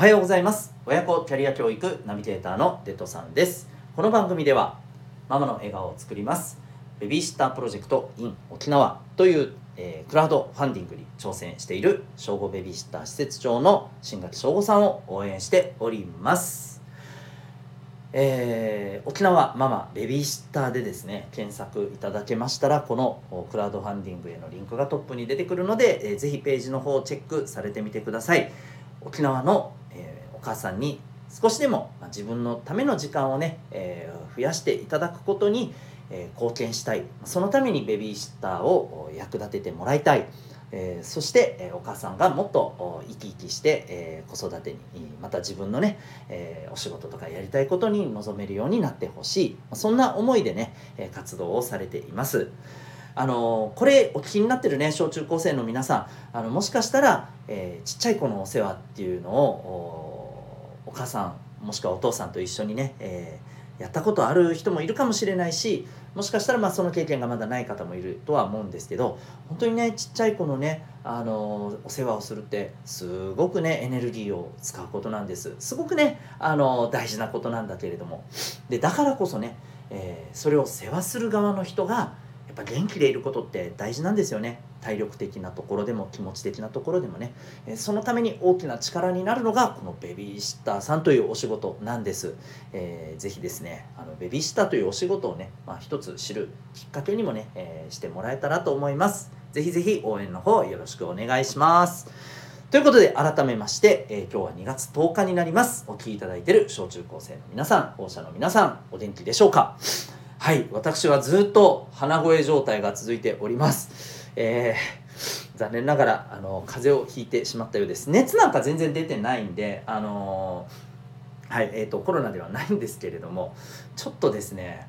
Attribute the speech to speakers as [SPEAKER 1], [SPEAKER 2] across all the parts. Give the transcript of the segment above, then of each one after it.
[SPEAKER 1] はようございます。親子キャリア教育ナビゲーターのデトさんです。この番組ではママの笑顔を作りますベビーシッタープロジェクト in 沖縄という、クラウドファンディングに挑戦している小5ベビーシッター施設長の新垣翔吾さんを応援しております。沖縄ママベビーシッターでですね検索いただけましたら、このクラウドファンディングへのリンクがトップに出てくるので、ぜひページの方をチェックされてみてください。沖縄の、お母さんに少しでも、自分のための時間をね、増やしていただくことに、貢献したい。そのためにベビーシッターを役立ててもらいたい。そして、お母さんがもっと生き生きして、子育てにまた自分のね、お仕事とかやりたいことに臨めるようになってほしい、そんな思いでね、活動をされています。これお聞きになってるね小中高生の皆さん、もしかしたら、ちっちゃい子のお世話っていうのをお母さんもしくはお父さんと一緒にね、やったことある人もいるかもしれないし、もしかしたらその経験がまだない方もいるとは思うんですけど、本当にねちっちゃい子のね、お世話をするってすごくねエネルギーを使うことなんです。すごくね大事なことなんだけれども、でだからこそね、それを世話する側の人がやっぱ元気でいることって大事なんですよね。体力的なところでも気持ち的なところでもね、そのために大きな力になるのがこのベビーシッターさんというお仕事なんです。ぜひですねベビーシッターというお仕事をね、一つ知るきっかけにもね、してもらえたらと思います。ぜひぜひ応援の方よろしくお願いします。ということで改めまして、今日は2月10日になります。お聞きいただいている小中高生の皆さん、保護者の皆さん、お元気でしょうか。はい、私はずっと鼻声状態が続いております。残念ながら風邪をひいてしまったようです。熱なんか全然出てないんで、はい、コロナではないんですけれども、ちょっとですね、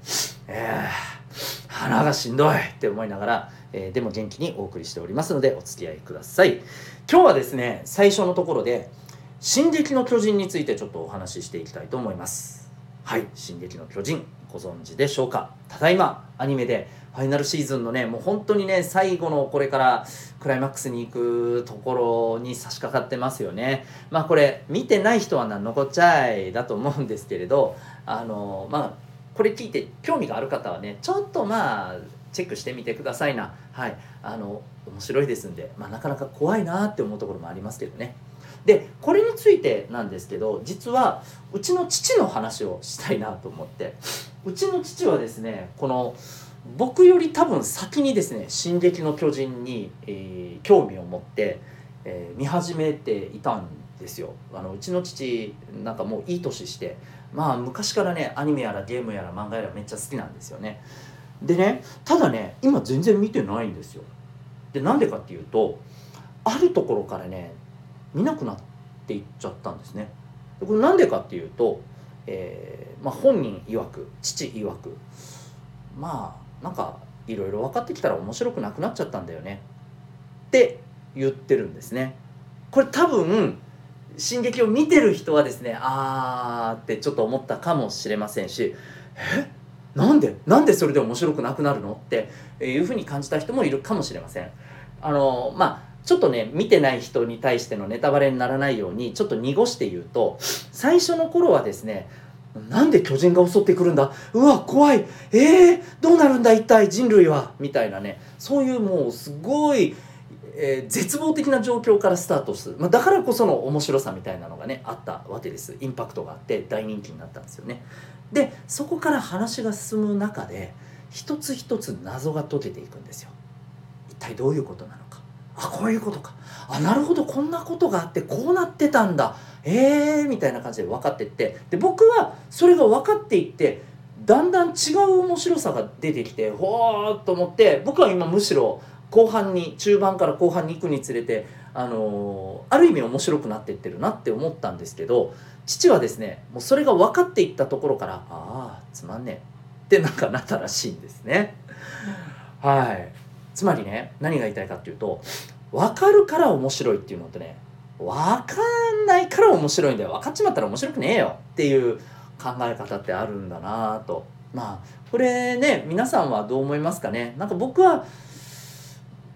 [SPEAKER 1] 鼻がしんどいって思いながら、でも元気にお送りしておりますのでお付き合いください。今日はですね、最初のところで進撃の巨人についてちょっとお話ししていきたいと思います。はい、進撃の巨人ご存知でしょうか。ただいまアニメでファイナルシーズンのね、もう本当にね最後のこれからクライマックスに行くところに差し掛かってますよね。これ見てない人はなんのこっちゃいだと思うんですけれど、これ聞いて興味がある方はねちょっとチェックしてみてくださいな。はい、面白いですんで、なかなか怖いなって思うところもありますけどね。でこれについてなんですけど、実はうちの父の話をしたいなと思って、うちの父はですねこの僕より多分先にですね進撃の巨人に、興味を持って、見始めていたんですよ。うちの父なんかもういい年して、昔からねアニメやらゲームやら漫画やらめっちゃ好きなんですよね。でね、ただね今全然見てないんですよ。でなんでかっていうと、あるところからね見なくなっていっちゃったんですね。でこれなんでかっていうと、本人曰く父曰くなんかいろいろ分かってきたら面白くなくなっちゃったんだよねって言ってるんですね。これ多分進撃を見てる人はですねってちょっと思ったかもしれませんし、なんでそれで面白くなくなるのっていうふうに感じた人もいるかもしれません。ちょっとね見てない人に対してのネタバレにならないようにちょっと濁して言うと、最初の頃はですね、なんで巨人が襲ってくるんだ、うわ怖い、どうなるんだ一体人類は、みたいなね、そういうもうすごい、絶望的な状況からスタートする、だからこその面白さみたいなのがねあったわけです。インパクトがあって大人気になったんですよね。でそこから話が進む中で一つ一つ謎が解けていくんですよ。一体どういうことなのか、こういうことか、なるほどこんなことがあってこうなってたんだ、みたいな感じで分かっていって、で僕はそれが分かっていってだんだん違う面白さが出てきて、ほーっと思って、僕は今むしろ中盤から後半に行くにつれてある意味面白くなっていってるなって思ったんですけど、父はですねもうそれが分かっていったところからつまんねえってなったらしいんですね。はい、つまりね何が言いたいかっていうと、分かるから面白いっていうのとね、分かんないから面白いんだよ、分かっちまったら面白くねえよっていう考え方ってあるんだなと。これね皆さんはどう思いますかね。僕は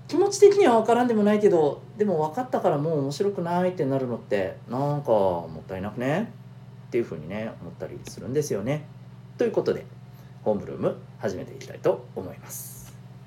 [SPEAKER 1] 気持ち的には分からんでもないけど、でも分かったからもう面白くないってなるのってなんかもったいなくねっていうふうにね思ったりするんですよね。ということでホームルーム始めていきたいと思います。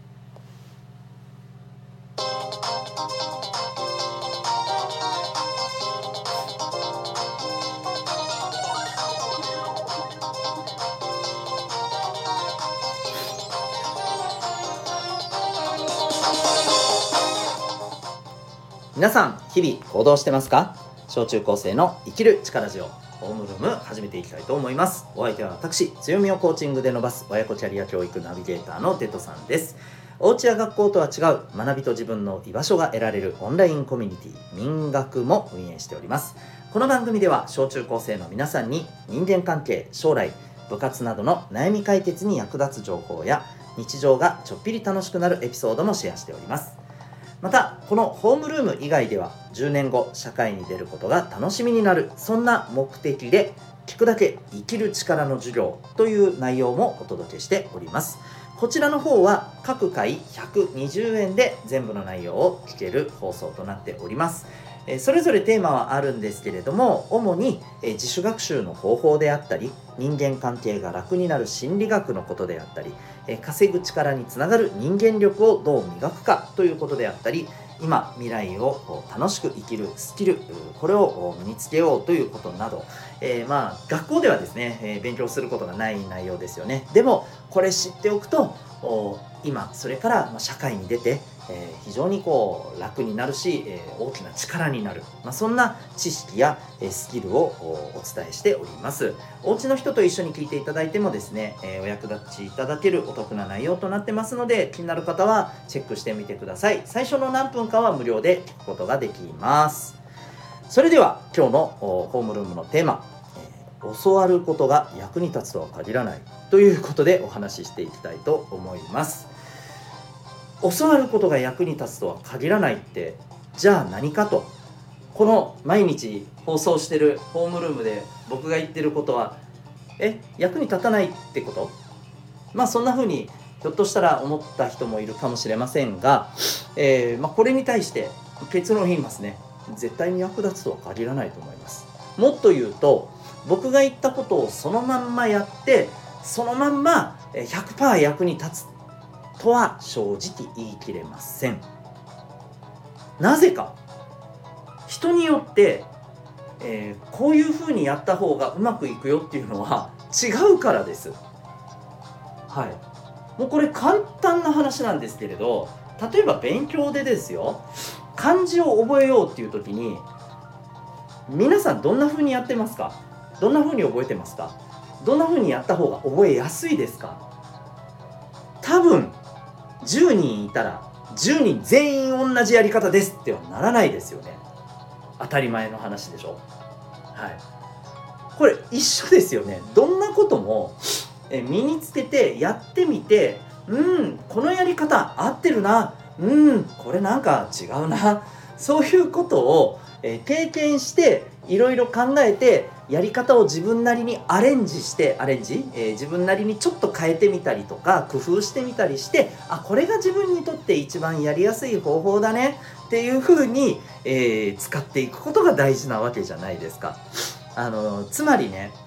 [SPEAKER 1] 皆さん日々行動してますか？小中高生の生きる力ジオホームルーム始めていきたいと思います。お相手は私、強みをコーチングで伸ばす親子キャリア教育ナビゲーターのテトさんです。お家や学校とは違う学びと自分の居場所が得られるオンラインコミュニティ民学も運営しております。この番組では小中高生の皆さんに人間関係、将来、部活などの悩み解決に役立つ情報や日常がちょっぴり楽しくなるエピソードもシェアしております。またこのホームルーム以外では10年後社会に出ることが楽しみになる、そんな目的で聞くだけ生きる力の授業という内容もお届けしております。こちらの方は各回120円で全部の内容を聞ける放送となっております。それぞれテーマはあるんですけれども、主に自主学習の方法であったり、人間関係が楽になる心理学のことであったり、稼ぐ力につながる人間力をどう磨くかということであったり、今未来を楽しく生きるスキル、これを身につけようということなど、学校ではですね、勉強することがない内容ですよね。でもこれ知っておくと今それから社会に出て非常に楽になるし、大きな力になる、そんな知識やスキルをお伝えしております。お家の人と一緒に聞いていただいてもですね、お役立ちいただけるお得な内容となってますので、気になる方はチェックしてみてください。最初の何分かは無料で聞くことができます。それでは今日のホームルームのテーマ、教わることが役に立つとは限らないということでお話ししていきたいと思います。教わることが役に立つとは限らないって、じゃあ何かと、この毎日放送してるホームルームで僕が言ってることは役に立たないってこと、そんな風にひょっとしたら思った人もいるかもしれませんが、これに対して結論を言いますね。絶対に役立つとは限らないと思います。もっと言うと、僕が言ったことをそのまんまやってそのまんま 100% 役に立つとは正直言い切れません。なぜか、人によって、こういう風にやった方がうまくいくよっていうのは違うからです。はい。もうこれ簡単な話なんですけれど、例えば勉強でですよ、漢字を覚えようっていう時に皆さんどんな風にやってますか？どんな風に覚えてますか？どんな風にやった方が覚えやすいですか？多分10人いたら10人全員同じやり方ですってはならないですよね。当たり前の話でしょ。はい。これ一緒ですよね。どんなことも身につけてやってみて、このやり方合ってるな、これなんか違うな、そういうことを経験していろいろ考えて、やり方を自分なりにアレンジ、自分なりにちょっと変えてみたりとか工夫してみたりして、これが自分にとって一番やりやすい方法だねっていう風に、使っていくことが大事なわけじゃないですか。つまりね、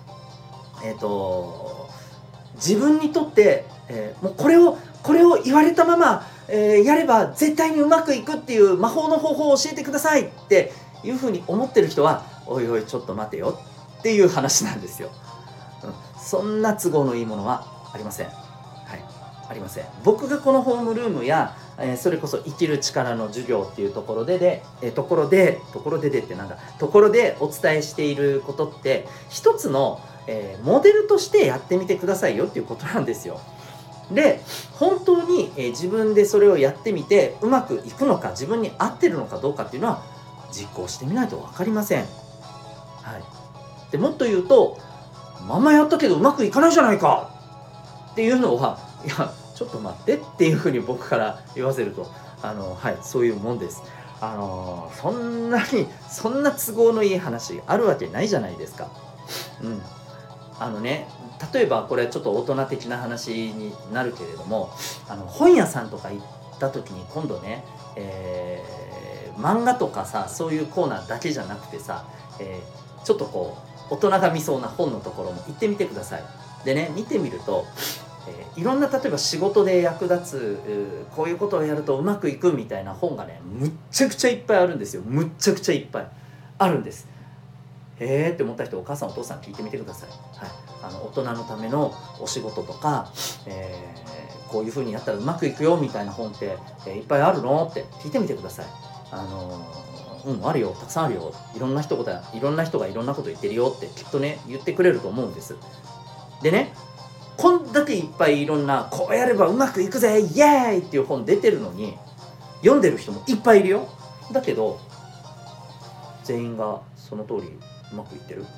[SPEAKER 1] 自分にとって、もうこれを言われたまま、やれば絶対にうまくいくっていう魔法の方法を教えてくださいっていうふうに思ってる人は、おいおいちょっと待てよっていう話なんですよ。そんな都合のいいものはありません。はい、ありません。僕がこのホームルームや、それこそ生きる力の授業っていうところでお伝えしていることって、一つの、モデルとしてやってみてくださいよっていうことなんですよ。で、本当に、自分でそれをやってみてうまくいくのか、自分に合ってるのかどうかっていうのは実行してみないと分かりません。はい。でもっと言うと、まんまやったけどうまくいかないじゃないかっていうのは、いやちょっと待ってっていうふうに僕から言わせると、そういうもんです。そんな都合のいい話あるわけないじゃないですか。例えばこれちょっと大人的な話になるけれども、本屋さんとか行った時に今度ね、漫画とかさそういうコーナーだけじゃなくてさ、ちょっとこう大人が見そうな本のところも行ってみてください。でね見てみると、いろんな例えば仕事で役立つこういうことをやるとうまくいくみたいな本がねむっちゃくちゃいっぱいあるんですよ。むっちゃくちゃいっぱいあるんです。へーって思った人お母さんお父さん聞いてみてください。はい、大人のためのお仕事とか、こういう風にやったらうまくいくよみたいな本って、いっぱいあるのって聞いてみてください。あるよ、たくさんあるよ、いろんな人がいろんなこと言ってるよってきっとね言ってくれると思うんです。でねこんだけいっぱいいろんなこうやればうまくいくぜイエーイっていう本出てるのに読んでる人もいっぱいいるよ。だけど全員がその通りうまくいってる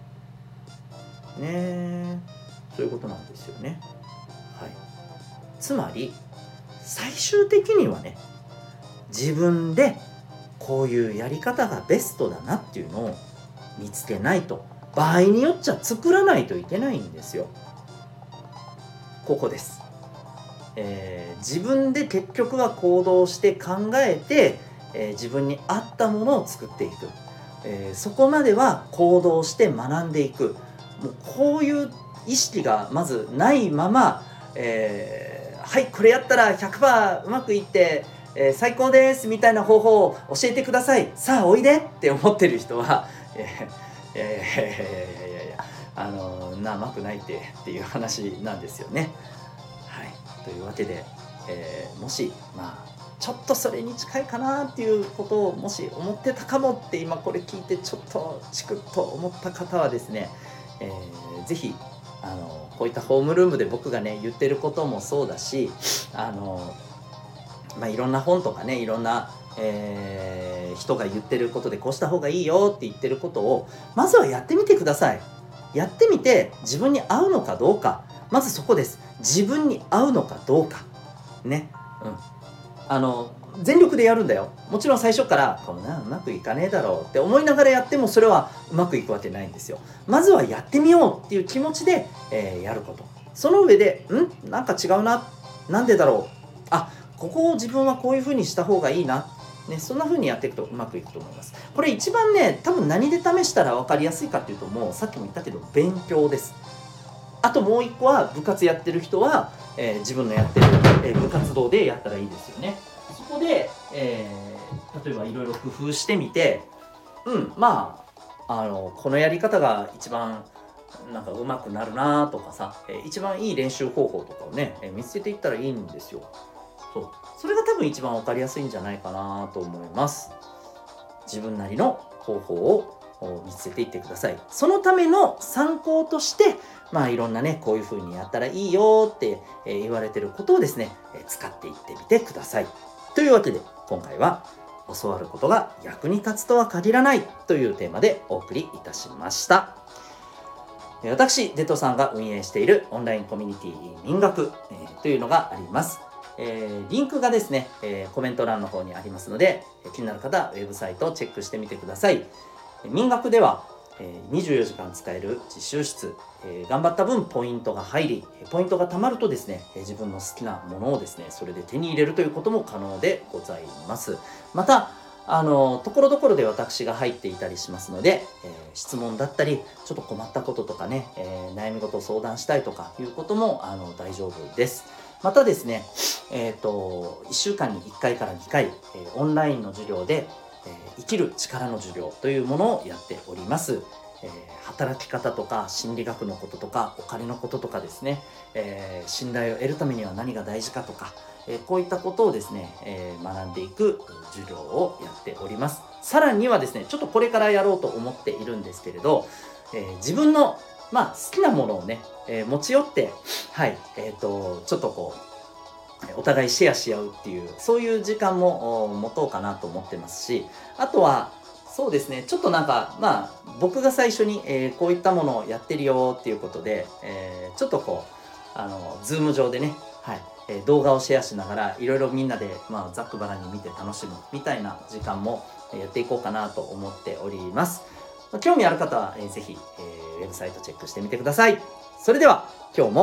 [SPEAKER 1] ね。そういうことなんですよね。はい、つまり最終的にはね自分でこういうやり方がベストだなっていうのを見つけないと、場合によっちゃ作らないといけないんですよ。ここです。自分で結局は行動して考えて、自分に合ったものを作っていく、そこまでは行動して学んでいく。もうこういう意識がまずないまま、はいこれやったら 100% うまくいって、最高ですみたいな方法を教えてくださいさあおいでって思ってる人は、いやいやいやいやいやうまくないっていう話なんですよね。はい、というわけで、もしちょっとそれに近いかなっていうことをもし思ってたかもって今これ聞いてちょっとチクッと思った方はですね、ぜひこういったホームルームで僕がね言ってることもそうだしいろんな本とかねいろんな、人が言ってることでこうした方がいいよって言ってることをまずはやってみてください。やってみて自分に合うのかどうか、まずそこです。自分に合うのかどうかね。全力でやるんだよ。もちろん最初からこんなうまくいかねえだろうって思いながらやってもそれはうまくいくわけないんですよ。まずはやってみようっていう気持ちで、やること。その上でなんか違うな、なんでだろう、ここを自分はこういう風にした方がいいな、ね、そんな風にやっていくとうまくいくと思います。これ一番ね多分何で試したら分かりやすいかっていうと、もうさっきも言ったけど勉強です。あともう一個は部活やってる人は、自分のやってる、部活動でやったらいいですよね。そこで、例えばいろいろ工夫してみて、このやり方が一番なんか上手くなるなとかさ、一番いい練習方法とかをね、見つけていったらいいんですよ。それが多分一番分かりやすいんじゃないかなと思います。自分なりの方法を見つけていってください。そのための参考としていろんなねこういう風にやったらいいよって言われてることをですね使っていってみてください。というわけで今回は教わることが役に立つとは限らないというテーマでお送りいたしました。私デトさんが運営しているオンラインコミュニティ民学というのがあります。リンクがですね、コメント欄の方にありますので、気になる方はウェブサイトをチェックしてみてください。民学では、24時間使える自習室、頑張った分ポイントが入り、ポイントが貯まるとですね、自分の好きなものをですねそれで手に入れるということも可能でございます。またところどころで私が入っていたりしますので、質問だったりちょっと困ったこととかね、悩み事を相談したいとかいうことも大丈夫です。またですね、1週間に1回から2回、オンラインの授業で、生きる力の授業というものをやっております。働き方とか心理学のこととかお金のこととかですね、信頼を得るためには何が大事かとか、こういったことをですね、学んでいく授業をやっております。さらにはですねちょっとこれからやろうと思っているんですけれど、自分の好きなものをね、持ち寄ってちょっとこうお互いシェアし合うっていうそういう時間も持とうかなと思ってますし、あとはそうですねちょっとなんか僕が最初に、こういったものをやってるよっていうことで、ちょっとこうズーム上でね、動画をシェアしながらいろいろみんなで、ざっくばらんに見て楽しむみたいな時間もやっていこうかなと思っております。興味ある方は、ぜひ、ウェブサイトチェックしてみてください。それでは今日も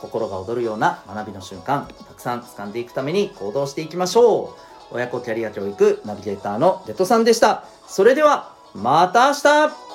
[SPEAKER 1] 心が躍るような学びの瞬間たくさん掴んでいくために行動していきましょう。親子キャリア教育ナビゲーターのレトさんでした。それではまた明日。